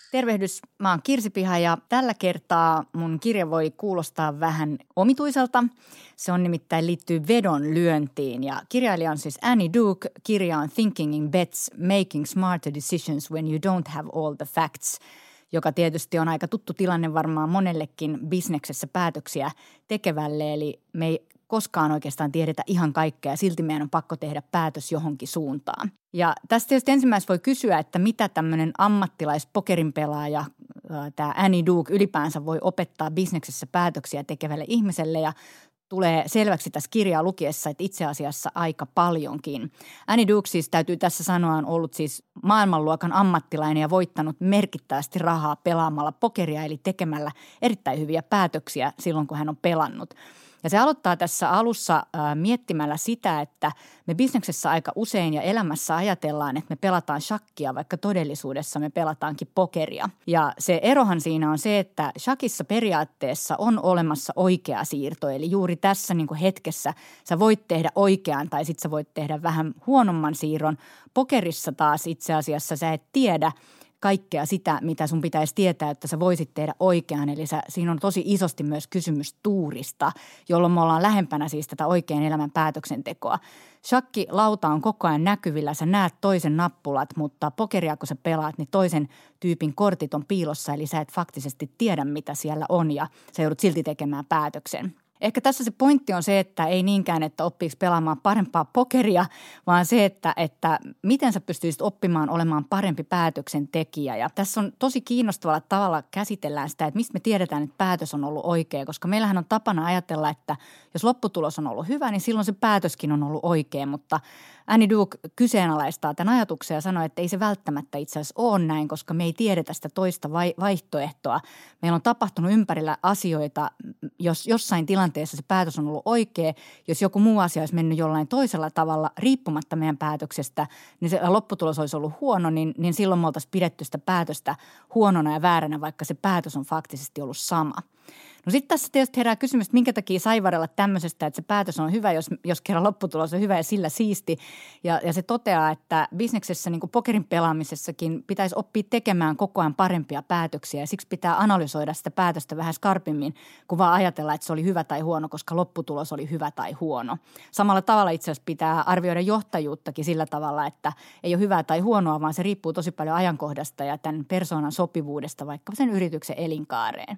Tervehdys, mä oon Kirsi Piha ja tällä kertaa mun kirja voi kuulostaa vähän omituiselta. Se on nimittäin liittyy vedonlyöntiin ja kirjailija on siis Annie Duke. Kirja on Thinking in Bets, Making Smarter Decisions when you don't have all the facts, joka tietysti on aika tuttu tilanne varmaan monellekin bisneksessä päätöksiä tekevälle. Eli me ei koskaan oikeastaan tiedetä ihan kaikkea ja silti meidän on pakko tehdä päätös johonkin suuntaan. Ja tästä tietysti ensimmäisenä voi kysyä, että mitä tämmöinen ammattilaispokerin pelaaja, tämä Annie Duke ylipäänsä voi opettaa bisneksessä päätöksiä tekevälle ihmiselle ja tulee selväksi tässä kirjaa lukiessa, että itse asiassa aika paljonkin. Annie Duke siis täytyy tässä sanoa on ollut siis maailmanluokan ammattilainen ja voittanut merkittävästi rahaa pelaamalla pokeria eli tekemällä erittäin hyviä päätöksiä silloin, kun hän on pelannut. Ja se aloittaa tässä alussa miettimällä sitä, että me bisneksessä aika usein ja elämässä ajatellaan, että me pelataan shakkia, vaikka todellisuudessa me pelataankin pokeria. Ja se erohan siinä on se, että shakissa periaatteessa on olemassa oikea siirto. Eli juuri tässä niin kuin hetkessä sä voit tehdä oikean tai sitten sä voit tehdä vähän huonomman siirron. Pokerissa taas itse asiassa sä et tiedä kaikkea sitä, mitä sun pitäisi tietää, että sä voisit tehdä oikean. Eli siinä on tosi isosti myös kysymys tuurista, jolloin me ollaan lähempänä siis tätä oikean elämän päätöksentekoa. Shakkilauta on koko ajan näkyvillä, sä näet toisen nappulat, mutta pokeria kun sä pelaat, niin toisen tyypin kortit on piilossa, eli sä et faktisesti tiedä, mitä siellä on ja sä joudut silti tekemään päätöksen. Ehkä tässä se pointti on se, että ei niinkään, että oppiiko pelaamaan parempaa pokeria, vaan se, että miten sä pystyisit oppimaan olemaan parempi päätöksentekijä. Ja tässä on tosi kiinnostavalla tavalla käsitellään sitä, että mistä me tiedetään, että päätös on ollut oikea, koska meillähän on tapana ajatella, että jos lopputulos on ollut hyvä, niin silloin se päätöskin on ollut oikea, mutta Annie Duke kyseenalaistaa tämän ajatuksen ja sanoo, että ei se välttämättä itse asiassa ole näin, koska me ei tiedetä sitä toista vaihtoehtoa. Meillä on tapahtunut ympärillä asioita, jos jossain tilanteessa se päätös on ollut oikea, jos joku muu asia olisi mennyt jollain toisella tavalla riippumatta meidän päätöksestä, niin se lopputulos olisi ollut huono, niin silloin me oltaisiin pidetty sitä päätöstä huonona ja vääränä, vaikka se päätös on faktisesti ollut sama. No sitten tässä tietysti herää kysymys, että minkä takia saivarella tämmöisestä, että se päätös on hyvä, jos kerran lopputulos on hyvä ja sillä siisti. Ja se toteaa, että bisneksessä niin kuin pokerin pelaamisessakin pitäisi oppia tekemään koko ajan parempia päätöksiä ja siksi pitää analysoida sitä päätöstä vähän skarpimmin, kuin vaan ajatella, että se oli hyvä tai huono, koska lopputulos oli hyvä tai huono. Samalla tavalla itse asiassa pitää arvioida johtajuuttakin sillä tavalla, että ei ole hyvää tai huonoa, vaan se riippuu tosi paljon ajankohdasta ja tämän persoonan sopivuudesta vaikka sen yrityksen elinkaareen.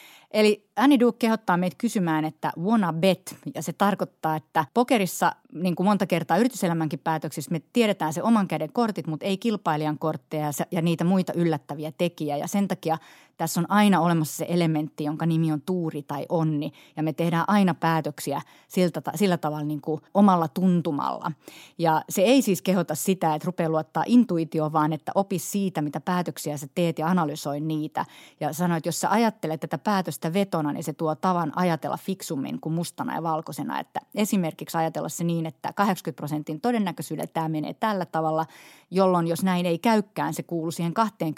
Eli Annie Duke kehottaa meitä kysymään, että wanna bet, ja se tarkoittaa, että pokerissa, niin kuin monta kertaa yrityselämänkin päätöksissä, me tiedetään se oman käden kortit, mutta ei kilpailijan kortteja ja niitä muita yllättäviä tekijä. Ja sen takia tässä on aina olemassa se elementti, jonka nimi on tuuri tai onni, ja me tehdään aina päätöksiä sillä tavalla niin kuin omalla tuntumalla. Ja se ei siis kehota sitä, että rupeaa luottaa intuitioon, vaan että opi siitä, mitä päätöksiä sä teet ja analysoi niitä. Ja sano, että jos sä ajattelet tätä päätöstä vetona, niin se tuo tavan ajatella fiksummin kuin mustana ja valkoisena. Että esimerkiksi ajatella se niin, että 80% todennäköisyydellä tämä menee tällä tavalla, jolloin jos näin ei käykään, se kuuluu siihen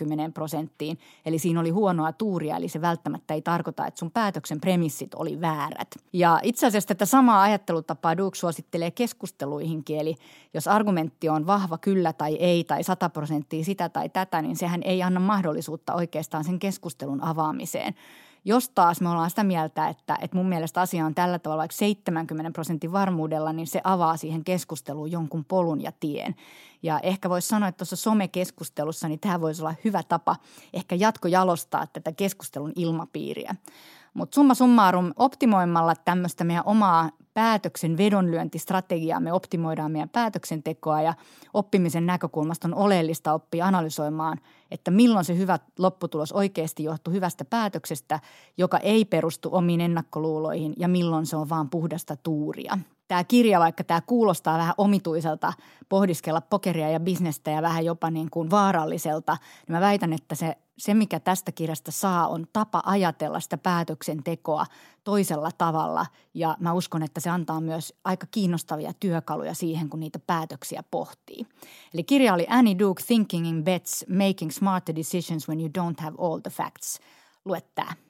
20%. Eli siinä oli huonoa tuuria, eli se välttämättä ei tarkoita, että sun päätöksen premissit oli väärät. Ja itse asiassa tätä samaa ajattelutapaa Duke suosittelee keskusteluihinkin, eli jos argumentti on vahva kyllä tai ei tai 100% sitä tai tätä, niin sehän ei anna mahdollisuutta oikeastaan sen keskustelun avaamiseen. Jos taas me ollaan sitä mieltä, että mun mielestä asia on tällä tavalla vaikka 70% varmuudella, niin se avaa siihen keskusteluun jonkun polun ja tien. Ja ehkä voisi sanoa, että tuossa somekeskustelussa niin tämä voisi olla hyvä tapa ehkä jatkojalostaa tätä keskustelun ilmapiiriä. Mutta summa summarum, optimoimalla tämmöistä meidän omaa päätöksen vedonlyöntistrategiaa, me optimoidaan meidän päätöksentekoa ja oppimisen näkökulmasta on oleellista oppia analysoimaan, että milloin se hyvä lopputulos oikeasti johtuu hyvästä päätöksestä, joka ei perustu omiin ennakkoluuloihin ja milloin se on vaan puhdasta tuuria. Tämä kirja, vaikka tämä kuulostaa vähän omituiselta pohdiskella pokeria ja bisnestä ja vähän jopa niin kuin vaaralliselta, niin mä väitän, että se, mikä tästä kirjasta saa, on tapa ajatella sitä päätöksentekoa toisella tavalla. Ja mä uskon, että se antaa myös aika kiinnostavia työkaluja siihen, kun niitä päätöksiä pohtii. Eli kirja oli Annie Duke, Thinking in Bets, Making Smarter Decisions when you don't have all the facts. Lue tää.